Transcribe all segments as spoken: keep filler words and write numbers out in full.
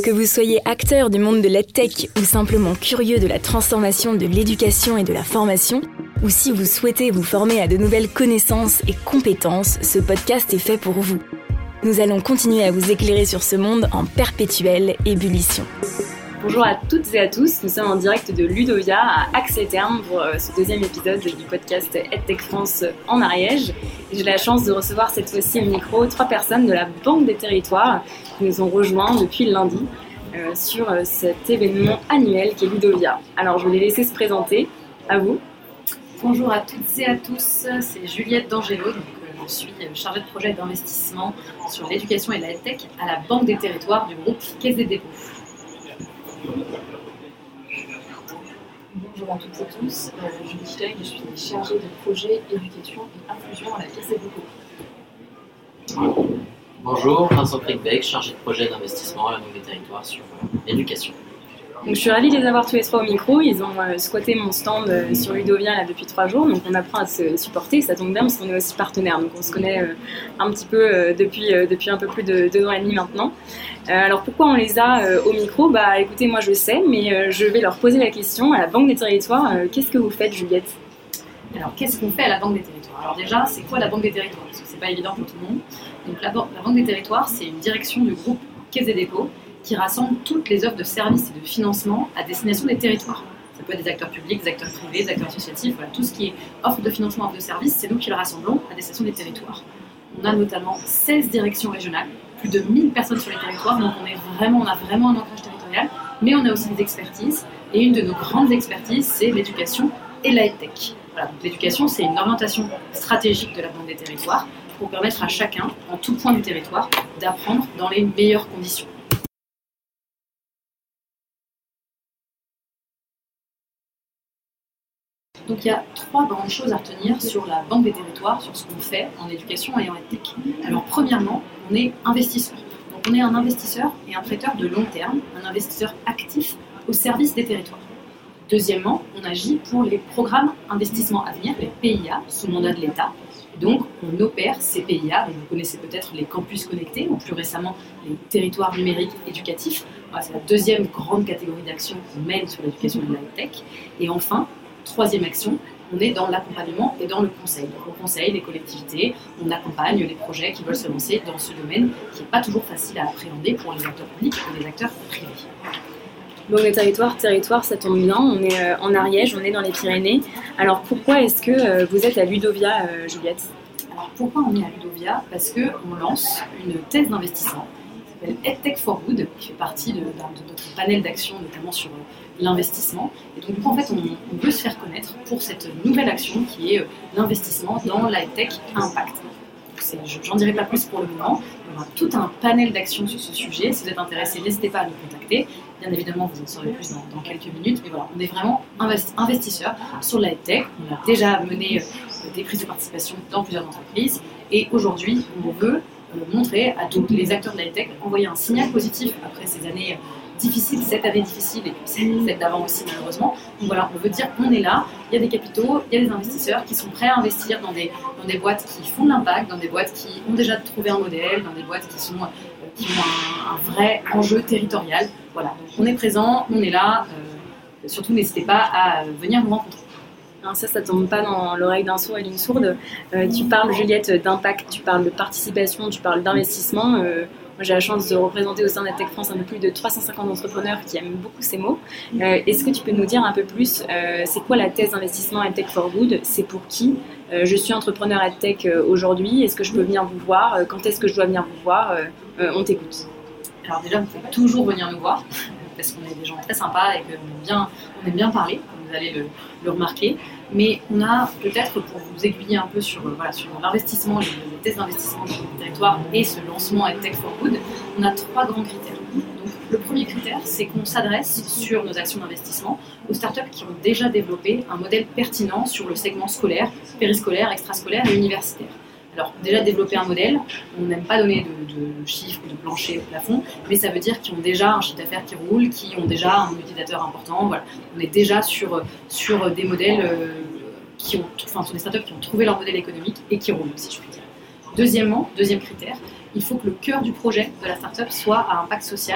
Que vous soyez acteur du monde de l'EdTech ou simplement curieux de la transformation de l'éducation et de la formation, ou si vous souhaitez vous former à de nouvelles connaissances et compétences, ce podcast est fait pour vous. Nous allons continuer à vous éclairer sur ce monde en perpétuelle ébullition. Bonjour à toutes et à tous, nous sommes en direct de Ludovia à Axe-les-Thermes pour ce deuxième épisode du podcast EdTech France en Ariège. J'ai la chance de recevoir cette fois-ci au micro trois personnes de la Banque des Territoires qui nous ont rejoints depuis lundi euh, sur cet événement annuel qui est Ludovia. Alors je vais les laisser se présenter, à vous. Bonjour à toutes et à tous, c'est Juliette D'Angelo, donc je suis chargée de projet d'investissement sur l'éducation et la EdTech à la Banque des Territoires du groupe Caisse des dépôts. Bonjour à toutes et tous, euh, je suis Juliette, je suis chargée de projet éducation et inclusion à la Caisse des dépôts. Bonjour, Vincent Crickbeck, chargé de projet d'investissement à la Banque des Territoires sur euh, l'éducation. Donc, je suis ravie de les avoir tous les trois au micro. Ils ont euh, squatté mon stand euh, sur Ludovia là, depuis trois jours. Donc on apprend à se supporter. Ça tombe bien parce qu'on est aussi partenaires. Donc on se connaît euh, un petit peu euh, depuis, euh, depuis un peu plus de deux ans et demi maintenant. Euh, alors pourquoi on les a euh, au micro ? Bah écoutez, moi je sais, mais euh, je vais leur poser la question à la Banque des Territoires. Euh, qu'est-ce que vous faites, Juliette ? Alors qu'est-ce qu'on fait à la Banque des Territoires ? Alors déjà, c'est quoi la Banque des Territoires ? Parce que c'est pas évident pour tout le monde. Donc la, la Banque des Territoires, c'est une direction du groupe Caisse des dépôts qui rassemble toutes les offres de services et de financement à destination des territoires. Ça peut être des acteurs publics, des acteurs privés, des acteurs associatifs, voilà, tout ce qui est offre de financement, offre de services, c'est nous qui le rassemblons à destination des territoires. On a notamment seize directions régionales, plus de mille personnes sur les territoires, donc on, est vraiment, on a vraiment un ancrage territorial, mais on a aussi des expertises, et une de nos grandes expertises, c'est l'éducation et la EdTech. Voilà, donc l'éducation, c'est une orientation stratégique de la Banque des Territoires pour permettre à chacun, en tout point du territoire, d'apprendre dans les meilleures conditions. Donc il y a trois grandes choses à retenir sur la Banque des Territoires, sur ce qu'on fait en éducation et en EdTech. Alors premièrement, on est investisseur. Donc on est un investisseur et un prêteur de long terme, un investisseur actif au service des territoires. Deuxièmement, on agit pour les programmes investissement à venir, les P I A, sous mandat de l'État. Donc on opère ces P I A, et vous connaissez peut-être les campus connectés, ou plus récemment les territoires numériques éducatifs. Voilà, c'est la deuxième grande catégorie d'action qu'on mène sur l'éducation et la EdTech. Et enfin, troisième action, on est dans l'accompagnement et dans le conseil. Donc on conseille les collectivités, on accompagne les projets qui veulent se lancer dans ce domaine qui n'est pas toujours facile à appréhender pour les acteurs publics et les acteurs privés. Banque des Territoires, territoire, ça tombe bien. On est euh, en Ariège, on est dans les Pyrénées. Alors pourquoi est-ce que euh, vous êtes à Ludovia, euh, Juliette ? Alors pourquoi on est à Ludovia ? Parce qu'on lance une thèse d'investissement qui s'appelle EdTech for Good, qui fait partie de, de, de notre panel d'actions, notamment sur euh, l'investissement. Et donc, du coup, en fait, on, on veut se faire connaître pour cette nouvelle action qui est euh, l'investissement dans la EdTech Impact. C'est, j'en dirai pas plus pour le moment. On a tout un panel d'actions sur ce sujet. Si vous êtes intéressé, n'hésitez pas à nous contacter. Bien évidemment, vous en saurez plus dans, dans quelques minutes. Mais voilà, on est vraiment investi- investisseurs sur la EdTech. On a déjà mené euh, des prises de participation dans plusieurs entreprises. Et aujourd'hui, on veut euh, montrer à tous les acteurs de la EdTech, envoyer un signal positif après ces années difficiles, cette année difficile et puis celle d'avant aussi malheureusement. Donc voilà, on veut dire qu'on est là, il y a des capitaux, il y a des investisseurs qui sont prêts à investir dans des, dans des boîtes qui font de l'impact, dans des boîtes qui ont déjà trouvé un modèle, dans des boîtes qui, sont, euh, qui ont un, un vrai enjeu territorial. Voilà, donc on est présent, on est là, euh, surtout n'hésitez pas à venir nous rencontrer. Non, ça, ça tombe pas dans l'oreille d'un sourd et d'une sourde. Euh, tu parles, Juliette, d'impact, tu parles de participation, tu parles d'investissement. Euh, Moi, j'ai la chance de représenter au sein d'EdTech France un peu plus de trois cent cinquante entrepreneurs qui aiment beaucoup ces mots. Euh, est-ce que tu peux nous dire un peu plus, euh, c'est quoi la thèse d'investissement EdTech for Good ? C'est pour qui ? euh, Je suis entrepreneur EdTech euh, aujourd'hui. Est-ce que je peux venir vous voir ? Quand est-ce que je dois venir vous voir ? euh, euh, On t'écoute. Alors déjà, vous pouvez toujours venir nous voir parce qu'on est des gens très sympas et qu'on aime bien, on aime bien parler, comme vous allez le, le remarquer. Mais on a peut-être, pour vous aiguiller un peu sur, voilà, sur l'investissement, les, les tests d'investissement sur le territoire et ce lancement EdTech for Good, on a trois grands critères. Donc, le premier critère, c'est qu'on s'adresse sur nos actions d'investissement aux startups qui ont déjà développé un modèle pertinent sur le segment scolaire, périscolaire, extrascolaire et universitaire. Alors, déjà développer un modèle, on n'aime pas donner de, de chiffres, de plancher, de plafond, mais ça veut dire qu'ils ont déjà un chiffre d'affaires qui roule, qui ont déjà un utilisateur important. Voilà. On est déjà sur, sur des modèles euh, qui ont, enfin, sur des startups qui ont trouvé leur modèle économique et qui roulent, si je puis dire. Deuxièmement, deuxième critère, il faut que le cœur du projet de la startup soit à impact social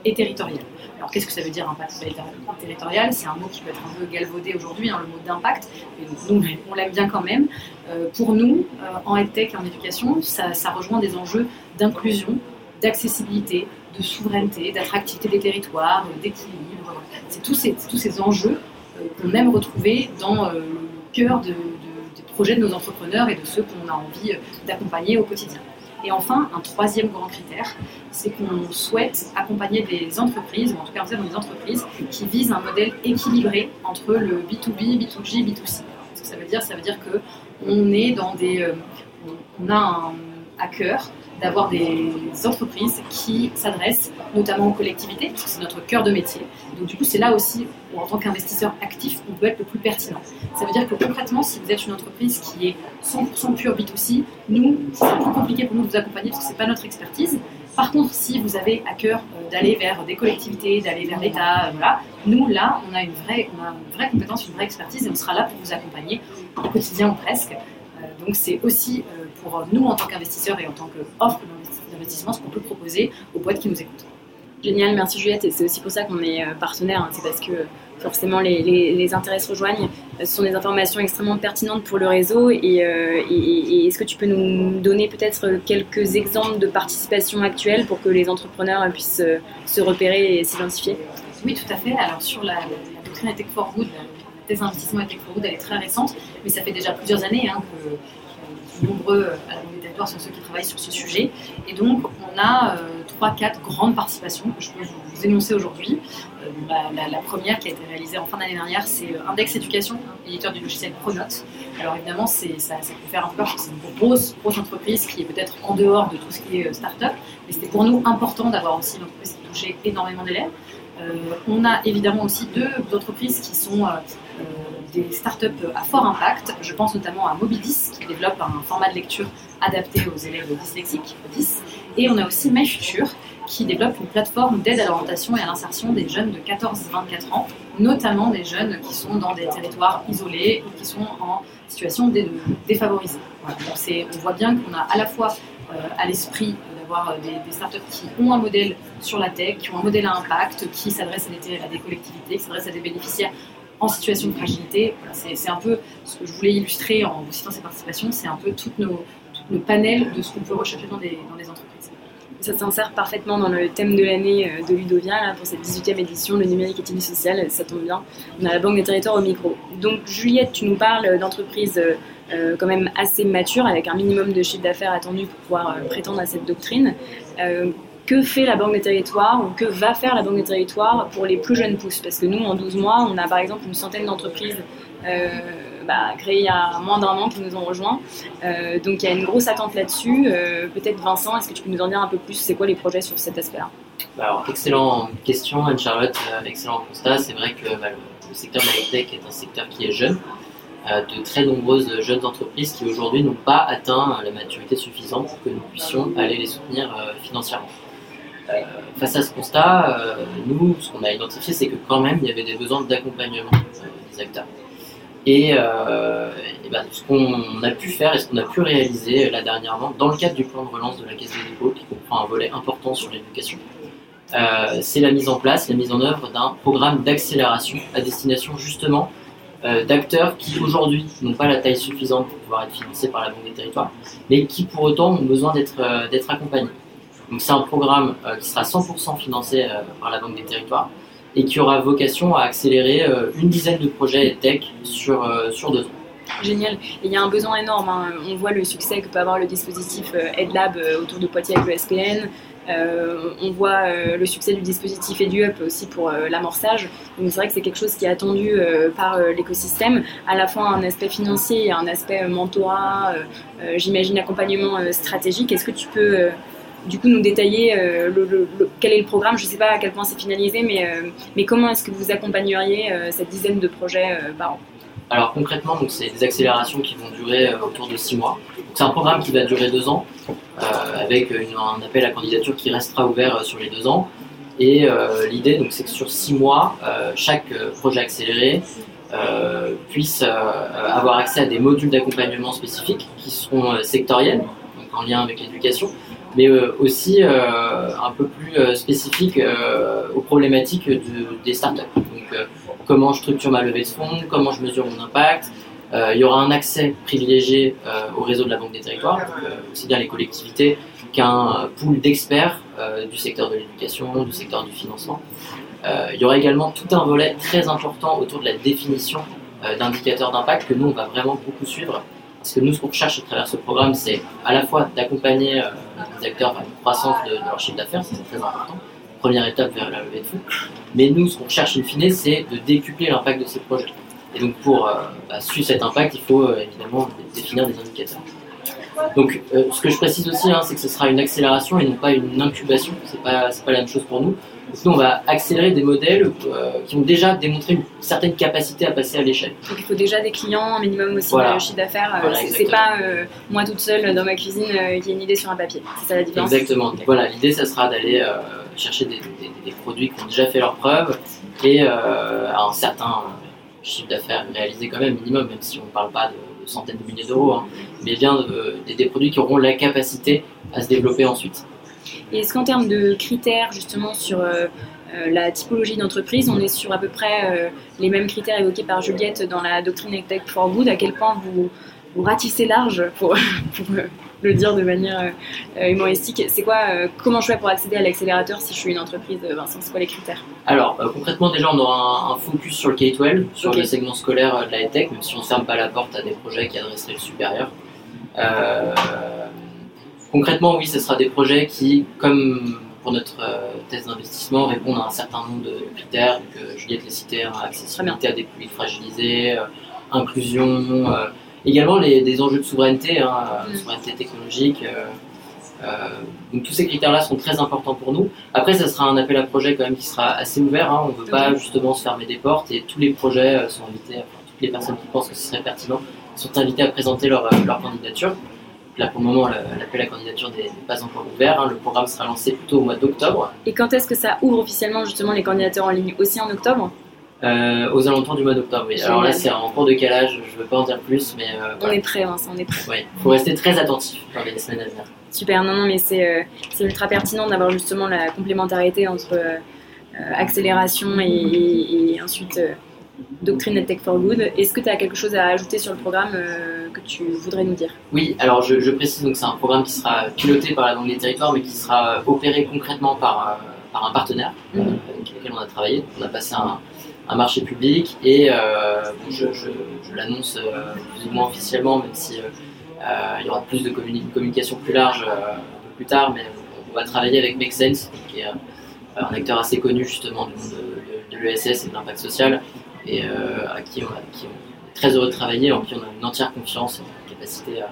et territorial. Alors qu'est-ce que ça veut dire impact territorial? C'est un mot qui peut être un peu galvaudé aujourd'hui, hein, le mot d'impact, et donc, donc on l'aime bien quand même. Euh, pour nous, euh, en EdTech et en éducation, ça, ça rejoint des enjeux d'inclusion, d'accessibilité, de souveraineté, d'attractivité des territoires, d'équilibre. C'est tous ces, tous ces enjeux euh, qu'on aime retrouver dans euh, le cœur de, de, des projets de nos entrepreneurs et de ceux qu'on a envie d'accompagner au quotidien. Et enfin, un troisième grand critère, c'est qu'on souhaite accompagner des entreprises, ou en tout cas des entreprises qui visent un modèle équilibré entre le B deux B, B deux G, B deux C. Ce que ça veut dire, ça veut dire qu'on est dans des, euh, on a un, à cœur d'avoir des entreprises qui s'adressent notamment aux collectivités, parce que c'est notre cœur de métier. Donc du coup, c'est là aussi où, en tant qu'investisseur actif, on peut être le plus pertinent. Ça veut dire que concrètement, si vous êtes une entreprise qui est cent pour cent pure B deux C, nous, c'est un peu compliqué pour nous de vous accompagner parce que ce n'est pas notre expertise. Par contre, si vous avez à cœur euh, d'aller vers des collectivités, d'aller vers l'État, euh, voilà, nous, là, on a, une vraie, on a une vraie compétence, une vraie expertise et on sera là pour vous accompagner au quotidien ou presque. Euh, donc c'est aussi euh, pour nous, en tant qu'investisseurs et en tant qu'offre d'investissement, ce qu'on peut proposer aux boîtes qui nous écoutent. Génial, merci Juliette. Et c'est aussi pour ça qu'on est partenaire. Hein. C'est parce que forcément les, les, les intérêts se rejoignent. Ce sont des informations extrêmement pertinentes pour le réseau. Et, euh, et, et est-ce que tu peux nous donner peut-être quelques exemples de participation actuelle pour que les entrepreneurs puissent se repérer et s'identifier? Oui, tout à fait. Alors sur la, la doctrine EdTech for Good, la thèse d'investissement EdTech for Good, elle est très récente, mais ça fait déjà plusieurs années hein, que nombreux à la Banque des Territoires sont ceux qui travaillent sur ce sujet. Et donc, on a trois euh, quatre grandes participations que je peux vous énoncer aujourd'hui. Euh, la, la, la première qui a été réalisée en fin d'année dernière, c'est euh, Index Éducation, hein, éditeur du logiciel Pronote. Alors évidemment, c'est, ça, ça peut faire un peu peur parce que c'est une grosse, grosse entreprise qui est peut-être en dehors de tout ce qui est euh, start-up. Mais c'était pour nous important d'avoir aussi une entreprise qui touchait énormément d'élèves. Euh, on a évidemment aussi deux entreprises qui sont euh, euh, des startups à fort impact. Je pense notamment à Mobilis qui développe un format de lecture adapté aux élèves dyslexiques, dys. Et on a aussi MyFuture qui développe une plateforme d'aide à l'orientation et à l'insertion des jeunes de quatorze à vingt-quatre ans, notamment des jeunes qui sont dans des territoires isolés ou qui sont en situation dé- défavorisée. Voilà. Donc c'est, on voit bien qu'on a à la fois euh, à l'esprit d'avoir des, des startups qui ont un modèle sur la tech, qui ont un modèle à impact, qui s'adressent à des, à des collectivités, qui s'adressent à des bénéficiaires en situation de fragilité. Voilà, c'est, c'est un peu ce que je voulais illustrer en vous citant ces participations, c'est un peu tout nos, tout le panel de ce qu'on peut rechercher dans des, dans des entreprises. Ça s'insère parfaitement dans le thème de l'année de Ludovia, là, pour cette dix-huitième édition, le numérique et utilité sociale, ça tombe bien. On a la Banque des Territoires au micro. Donc Juliette, tu nous parles d'entreprises euh, quand même assez matures, avec un minimum de chiffre d'affaires attendu pour pouvoir euh, prétendre à cette doctrine. Euh, que fait la Banque des Territoires ou que va faire la Banque des Territoires pour les plus jeunes pousses? Parce que nous, en douze mois, on a par exemple une centaine d'entreprises euh, bah, créées il y a moins d'un an qui nous ont rejoints. Euh, donc il y a une grosse attente là-dessus. Euh, peut-être Vincent, est-ce que tu peux nous en dire un peu plus? C'est quoi les projets sur cet aspect-là? Bah alors, excellente question, Anne-Charlotte, euh, excellent constat. C'est vrai que bah, le, le secteur de la tech est un secteur qui est jeune. Euh, de très nombreuses jeunes entreprises qui aujourd'hui n'ont pas atteint la maturité suffisante pour que nous puissions aller les soutenir euh, financièrement. Euh, face à ce constat, euh, nous, ce qu'on a identifié, c'est que quand même, il y avait des besoins d'accompagnement euh, des acteurs. Et, euh, et ben, ce qu'on a pu faire et ce qu'on a pu réaliser là dernièrement, dans le cadre du plan de relance de la Caisse des dépôts, qui comprend un volet important sur l'éducation, euh, c'est la mise en place, la mise en œuvre d'un programme d'accélération à destination justement euh, d'acteurs qui aujourd'hui n'ont pas la taille suffisante pour pouvoir être financés par la Banque des Territoires, mais qui pour autant ont besoin d'être, euh, d'être accompagnés. Donc c'est un programme euh, qui sera cent pour cent financé euh, par la Banque des Territoires et qui aura vocation à accélérer euh, une dizaine de projets tech sur, euh, sur deux ans. Génial. Et il y a un besoin énorme. Hein. On voit le succès que peut avoir le dispositif euh, EdLab euh, autour de Poitiers avec le S P N. Euh, on voit euh, le succès du dispositif EduUp aussi pour euh, l'amorçage. Donc c'est vrai que c'est quelque chose qui est attendu euh, par euh, l'écosystème, à la fois un aspect financier et un aspect euh, mentorat, euh, euh, j'imagine accompagnement euh, stratégique. Est-ce que tu peux euh, du coup nous détailler euh, le, le, le, quel est le programme? Je ne sais pas à quel point c'est finalisé, mais, euh, mais comment est-ce que vous accompagneriez euh, cette dizaine de projets euh, par an? Alors concrètement, donc, c'est des accélérations qui vont durer euh, autour de six mois. Donc, c'est un programme qui va durer deux ans, euh, avec une, un appel à candidature qui restera ouvert euh, sur les deux ans. Et euh, l'idée, donc, c'est que sur six mois, euh, chaque euh, projet accéléré euh, puisse euh, avoir accès à des modules d'accompagnement spécifiques qui seront euh, sectoriels, donc en lien avec l'éducation, mais euh, aussi euh, un peu plus euh, spécifique euh, aux problématiques de, des startups. Donc, euh, comment je structure ma levée de fonds, comment je mesure mon impact. Euh, il y aura un accès privilégié euh, au réseau de la Banque des Territoires, donc, euh, aussi bien les collectivités qu'un pool d'experts euh, du secteur de l'éducation, du secteur du financement. Euh, il y aura également tout un volet très important autour de la définition euh, d'indicateurs d'impact que nous, on va vraiment beaucoup suivre. Parce que nous, ce qu'on recherche à travers ce programme, c'est à la fois d'accompagner euh, les acteurs vers une croissance de, de leur chiffre d'affaires, ça c'est très important, première étape vers la levée de fonds. Mais nous, ce qu'on recherche in fine, c'est de décupler l'impact de ces projets. Et donc pour euh, bah, suivre cet impact, il faut euh, évidemment définir des indicateurs. Donc euh, ce que je précise aussi, hein, c'est que ce sera une accélération et non pas une incubation, c'est pas, c'est pas la même chose pour nous. Donc nous, on va accélérer des modèles euh, qui ont déjà démontré une certaine capacité à passer à l'échelle. Donc il faut déjà des clients, un minimum aussi voilà. de chiffre d'affaires. Voilà, c'est, c'est pas euh, moi toute seule dans ma cuisine euh, qui a une idée sur un papier. C'est ça la différence. Exactement. Okay. Voilà, l'idée, ça sera d'aller euh, chercher des, des, des produits qui ont déjà fait leurs preuves et euh, à un certain chiffre d'affaires réalisé quand même minimum, même si on ne parle pas de, de centaines de milliers d'euros, hein, mais bien de, de, des produits qui auront la capacité à se développer ensuite. Et est-ce qu'en termes de critères justement sur euh, euh, la typologie d'entreprise, on est sur à peu près euh, les mêmes critères évoqués par Juliette dans la doctrine EdTech for Good? À quel point vous, vous ratissez large pour, pour euh, le dire de manière euh, humoristique? C'est quoi, euh, comment je fais pour accéder à l'accélérateur si je suis une entreprise, Vincent? C'est quoi les critères? Alors euh, concrètement, déjà on aura un, un focus sur le K douze, sur okay. le segment scolaire euh, de la EdTech, même si on ne ferme pas la porte à des projets qui adresseraient le supérieur. Euh, Concrètement, oui, ce sera des projets qui, comme pour notre euh, thèse d'investissement, répondent à un certain nombre de critères. Donc, euh, Juliette les citait, hein, accessibilité à des publics fragilisés, euh, inclusion, euh, également les, des enjeux de souveraineté, hein, mm. souveraineté technologique. Euh, euh, donc tous ces critères-là sont très importants pour nous. Après, ça sera un appel à projet quand même qui sera assez ouvert. Hein. On ne veut okay. pas justement se fermer des portes et tous les projets euh, sont invités, enfin, toutes les personnes qui pensent que ce serait pertinent sont invitées à présenter leur, leur candidature. Là, pour le moment, l'appel à candidature n'est pas encore ouvert. Hein. Le programme sera lancé plutôt au mois d'octobre. Et quand est-ce que ça ouvre officiellement justement les candidatures en ligne? Aussi en octobre? euh, Aux alentours du mois d'octobre, oui. Alors là, c'est en cours de calage, je ne veux pas en dire plus, mais... Euh, on voilà. est prêt, Vincent, on est prêt. Oui, il faut rester très attentif dans les semaines à venir. Super, non, non, mais c'est, euh, c'est ultra pertinent d'avoir justement la complémentarité entre euh, accélération et, et, et ensuite... Euh, Doctrine EdTech for Good. Est-ce que tu as quelque chose à ajouter sur le programme euh, que tu voudrais nous dire? Oui, alors je, je précise donc c'est un programme qui sera piloté par la Banque des Territoires mais qui sera opéré concrètement par, euh, par un partenaire mm-hmm. euh, avec lequel on a travaillé. On a passé un, un marché public et euh, bon, je, je, je l'annonce euh, plus ou moins officiellement, même si euh, euh, il y aura plus de communi- communication plus large euh, un peu plus tard, mais on va travailler avec Make Sense, qui est euh, un acteur assez connu justement du monde de, de, de l'E S S et de l'impact social, et euh, à qui on, a, qui on est très heureux de travailler, en qui on a une entière confiance et une capacité à,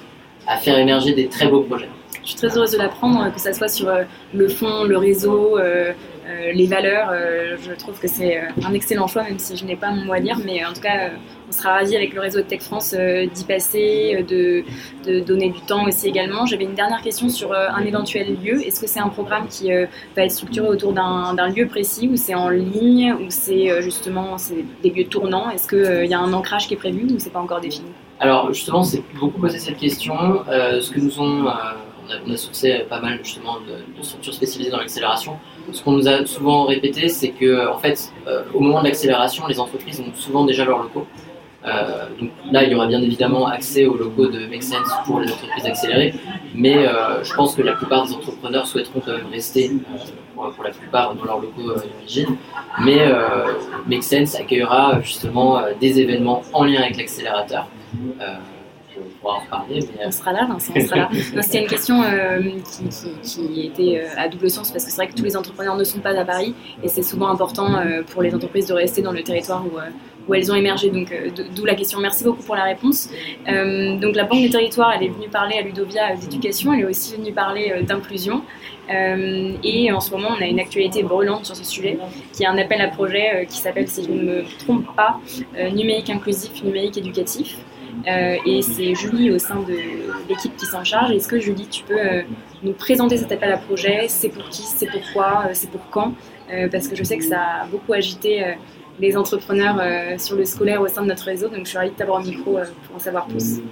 à faire émerger des très beaux projets. Je suis très heureuse de l'apprendre, que ça soit sur euh, le fond, le réseau, euh, euh, les valeurs. Euh, je trouve que c'est euh, un excellent choix, même si je n'ai pas mon mot à dire, mais en tout cas, euh, on sera ravis avec le réseau EdTech France euh, d'y passer, euh, de, de donner du temps aussi également. J'avais une dernière question sur euh, un éventuel lieu. Est-ce que c'est un programme qui euh, va être structuré autour d'un, d'un lieu précis, ou c'est en ligne, ou c'est euh, justement c'est des lieux tournants? Est-ce qu'il euh, y a un ancrage qui est prévu, ou c'est pas encore défini? Alors justement, c'est beaucoup posé cette question. Euh, ce que nous ont... Euh, On a, on a sourcé pas mal justement de, de structures spécialisées dans l'accélération. Ce qu'on nous a souvent répété, c'est que en fait, euh, au moment de l'accélération, les entreprises ont souvent déjà leurs locaux. Euh, donc là, il y aura bien évidemment accès aux locaux de Make Sense pour les entreprises accélérées, mais euh, je pense que la plupart des entrepreneurs souhaiteront quand même rester, euh, pour, pour la plupart, dans leurs locaux euh, d'origine. Mais euh, Make Sense accueillera justement euh, des événements en lien avec l'accélérateur. Euh, On pourra en reparler, mais... On sera là, Vincent, on sera là. Non, c'était une question euh, qui, qui, qui était euh, à double sens, parce que c'est vrai que tous les entrepreneurs ne sont pas à Paris, et c'est souvent important euh, pour les entreprises de rester dans le territoire où, euh, où elles ont émergé, donc euh, d'où la question. Merci beaucoup pour la réponse. Euh, donc la Banque des Territoires, elle est venue parler à Ludovia d'éducation, elle est aussi venue parler euh, d'inclusion, euh, et en ce moment on a une actualité brûlante sur ce sujet, qui est un appel à projet euh, qui s'appelle, si je ne me trompe pas, euh, numérique inclusif, numérique éducatif. Euh, et c'est Julie au sein de l'équipe qui s'en charge. Est-ce que Julie, tu peux euh, nous présenter cet appel à projet? C'est pour qui? C'est pourquoi? euh, C'est pour quand? euh, Parce que je sais que ça a beaucoup agité euh, les entrepreneurs euh, sur le scolaire au sein de notre réseau. Donc je suis ravie de t'avoir au micro euh, pour en savoir plus.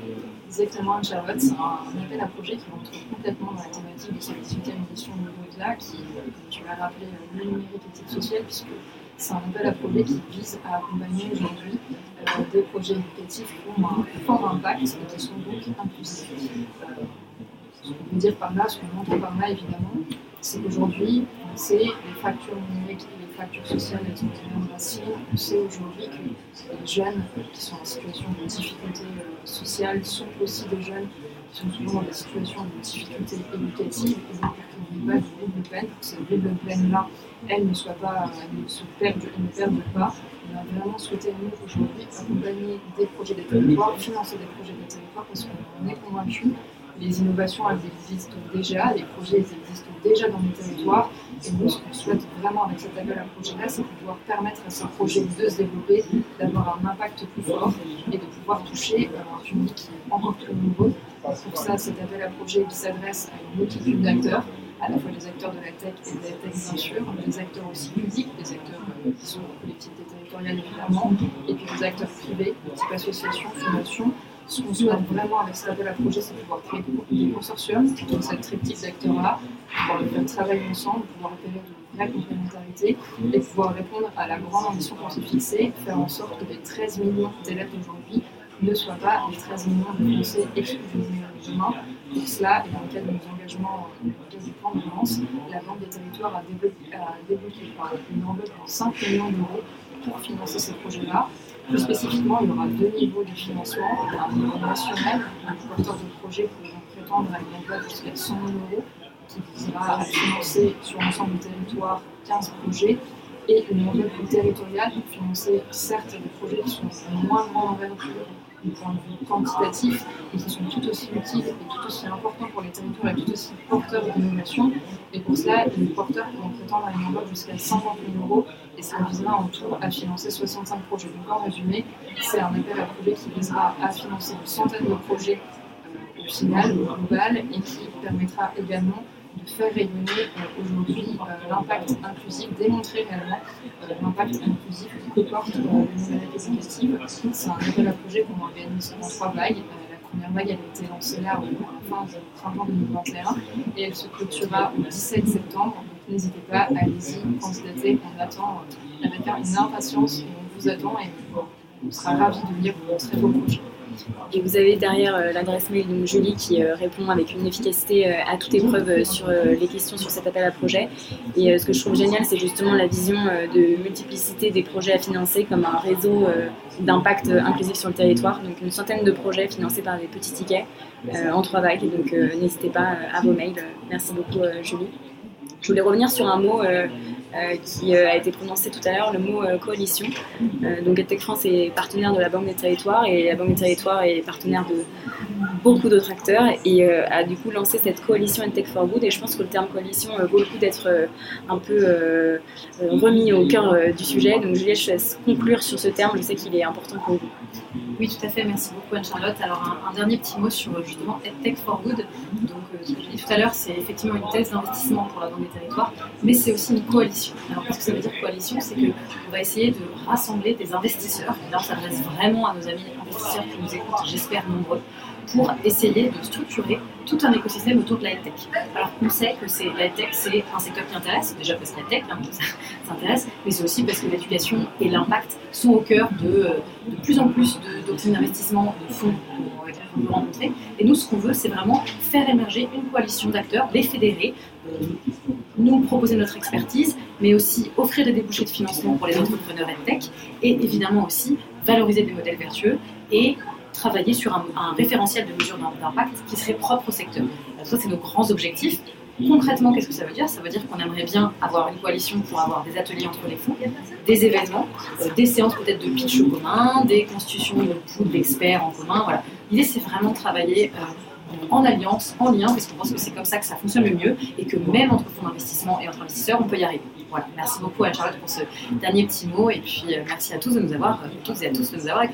Exactement, Charlotte, c'est un, un appel à projet qui rentre complètement dans la thématique de cette dix-huitième édition au niveau au-delà, qui, comme tu l'as rappelé, le numérique éthique sociale, puisque c'est un appel à projet qui vise à accompagner aujourd'hui euh, des projets éducatifs qui ont un fort impact et qui sont donc inclusifs. Euh, ce qu'on peut dire par là, ce qu'on entend par là évidemment, c'est qu'aujourd'hui, on sait les fractures numériques et les fractures sociales, elles sont bien racines. On sait aujourd'hui que les jeunes qui sont en situation de difficulté euh, sociale sont aussi des jeunes qui sont souvent dans des situations de difficulté éducative, et donc qu'il n'y ait pas de double peine, pour que cette double peine-là, elle ne soit pas, elle ne se perde, elle ne perde pas. On a vraiment souhaité, nous, aujourd'hui, accompagner des projets des territoires, financer des projets des territoires, parce qu'on est convaincus. Les innovations, elles existent déjà, les projets, ils existent déjà dans les territoires. Et nous, ce qu'on souhaite vraiment avec cet appel à projet-là, c'est de pouvoir permettre à ces projets de se développer, d'avoir un impact plus fort et de pouvoir toucher un public qui est encore plus nombreux. Pour ça, cet appel à projet qui s'adresse à une multitude d'acteurs, à la fois des acteurs de la tech et de la tech bien sûr, des acteurs aussi publics, des acteurs euh, qui sont les collectivités territoriales évidemment, et puis des acteurs privés, des types associations, fondations. Ce qu'on souhaite vraiment avec cet appel à projet, c'est pouvoir créer des consortiums, donc cette triptyque d'acteurs-là, pouvoir le faire travailler ensemble, pouvoir opérer de vraies complémentarités et pouvoir répondre à la grande ambition qu'on s'est fixée, faire en sorte que les treize millions d'élèves d'aujourd'hui ne soient pas les treize millions de Français exclus du numérique demain. Pour cela, et dans le cadre de nos engagements euh, du plan de relance, la Banque des territoires a débloqué, a débloqué par une enveloppe de cinq millions d'euros pour financer ces projets-là. Plus spécifiquement, il y aura deux niveaux de financement. Un niveau national, un porteur de projet pourront prétendre à une enveloppe jusqu'à cent mille euros qui visera à financer sur l'ensemble du territoire quinze projets, et une enveloppe territoriale pour financer certes des projets qui sont de moins grande envergure du point de vue quantitatif, mais qui sont tout aussi utiles et tout aussi importants pour les territoires et tout aussi porteurs d'innovation. Et pour cela, les porteurs pourront prétendre à une enveloppe jusqu'à cinquante mille euros, et ça visera en tout à financer soixante-cinq projets. Donc en résumé, c'est un appel à projet qui visera à financer une centaine de projets euh, au final, au global, et qui permettra également de faire rayonner euh, aujourd'hui euh, l'impact inclusif, démontrer réellement euh, l'impact inclusif que porte euh, le numérique éducatif. C'est un appel à projet qu'on organise en trois vagues. Euh, la première vague, elle a été lancée là au fin du printemps deux mille vingt et un et elle se clôturera au dix-sept septembre. Donc n'hésitez pas, allez-y, candidatez, on attend euh, avec une impatience et on vous attend et on sera ravis de lire vos très beaux projets. Et vous avez derrière euh, l'adresse mail de Julie qui euh, répond avec une efficacité euh, à toute épreuve euh, sur euh, les questions sur cet appel à projet. Et euh, ce que je trouve génial, c'est justement la vision euh, de multiplicité des projets à financer comme un réseau euh, d'impact euh, inclusif sur le territoire. Donc une centaine de projets financés par des petits tickets euh, en trois vagues. Donc euh, n'hésitez pas euh, à vos mails. Merci beaucoup euh, Julie. Je voulais revenir sur un mot euh, euh, qui euh, a été prononcé tout à l'heure, le mot euh, coalition. Euh, donc EdTech France est partenaire de la Banque des Territoires et la Banque des Territoires est partenaire de beaucoup d'autres acteurs et euh, a du coup lancé cette coalition EdTech for Good, et je pense que le terme coalition euh, vaut le coup d'être euh, un peu euh, remis au cœur euh, du sujet. Donc Juliette, je te laisse conclure sur ce terme, je sais qu'il est important pour vous. Oui, tout à fait, merci beaucoup Anne-Charlotte. Alors un, un dernier petit mot sur justement EdTech for Good. Donc euh, ce que j'ai dit tout à l'heure, c'est effectivement une thèse d'investissement pour la Banque des Territoires, mais c'est aussi une coalition. Alors qu'est-ce que ça veut dire coalition? C'est qu'on va essayer de rassembler des investisseurs, et là on s'adresse vraiment à nos amis investisseurs qui nous écoutent, j'espère nombreux, pour essayer de structurer tout un écosystème autour de la tech. Alors on sait que c'est, la tech c'est un secteur qui intéresse, déjà parce que la tech hein, ça, ça intéresse, mais c'est aussi parce que l'éducation et l'impact sont au cœur de, de plus en plus de doctrines d'investissement, de fonds qu'on peut rencontrer. Et nous ce qu'on veut c'est vraiment faire émerger une coalition d'acteurs, les fédérer, euh, nous proposer notre expertise, mais aussi offrir des débouchés de financement pour les entrepreneurs tech, et évidemment aussi valoriser des modèles vertueux et travailler sur un, un référentiel de mesure d'impact qui serait propre au secteur. Alors ça, c'est nos grands objectifs. Concrètement, qu'est-ce que ça veut dire? Ça veut dire qu'on aimerait bien avoir une coalition pour avoir des ateliers entre les fonds, des événements, euh, des séances peut-être de pitch au commun, des constitutions de pool d'experts en commun. Voilà. L'idée, c'est vraiment de travailler euh, en alliance, en lien, parce qu'on pense que c'est comme ça que ça fonctionne le mieux et que même entre fonds d'investissement et entre investisseurs, on peut y arriver. Voilà. Merci beaucoup Anne-Charlotte pour ce dernier petit mot et puis euh, merci à tous de nous avoir, euh, toutes et à tous de nous avoir écoutés.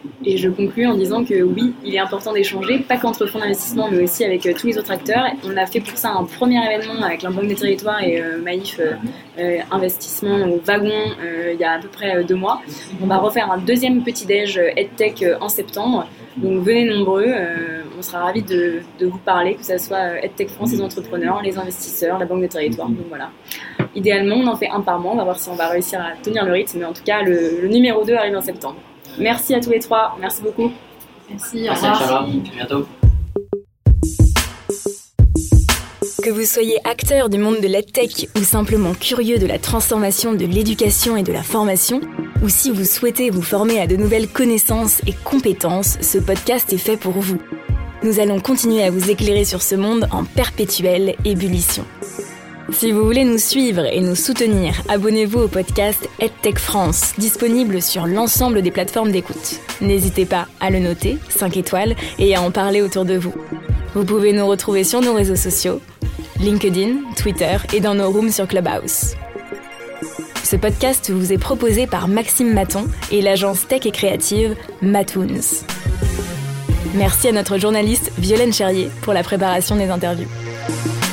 Et je conclue en disant que oui, il est important d'échanger, pas qu'entre fonds d'investissement, mais aussi avec euh, tous les autres acteurs. On a fait pour ça un premier événement avec la Banque des Territoires et euh, Maïf euh, euh, Investissement au Wagon euh, il y a à peu près euh, deux mois. On va refaire un deuxième petit déj euh, EdTech euh, en septembre. Donc venez nombreux, euh, on sera ravis de, de vous parler, que ce soit EdTech France, les entrepreneurs, les investisseurs, la Banque des Territoires. Donc voilà. Idéalement, on en fait un par mois, on va voir si on va réussir à tenir le rythme. Mais en tout cas, le, le numéro deux arrive en septembre. Merci à tous les trois, merci beaucoup. Merci, Merci Inch'Allah, à bientôt. Que vous soyez acteur du monde de l'EdTech ou simplement curieux de la transformation de l'éducation et de la formation, ou si vous souhaitez vous former à de nouvelles connaissances et compétences, ce podcast est fait pour vous. Nous allons continuer à vous éclairer sur ce monde en perpétuelle ébullition. Si vous voulez nous suivre et nous soutenir, abonnez-vous au podcast EdTech France, disponible sur l'ensemble des plateformes d'écoute. N'hésitez pas à le noter, cinq étoiles, et à en parler autour de vous. Vous pouvez nous retrouver sur nos réseaux sociaux, LinkedIn, Twitter et dans nos rooms sur Clubhouse. Ce podcast vous est proposé par Maxime Maton et l'agence tech et créative Matoons. Merci à notre journaliste Violaine Cherrier pour la préparation des interviews.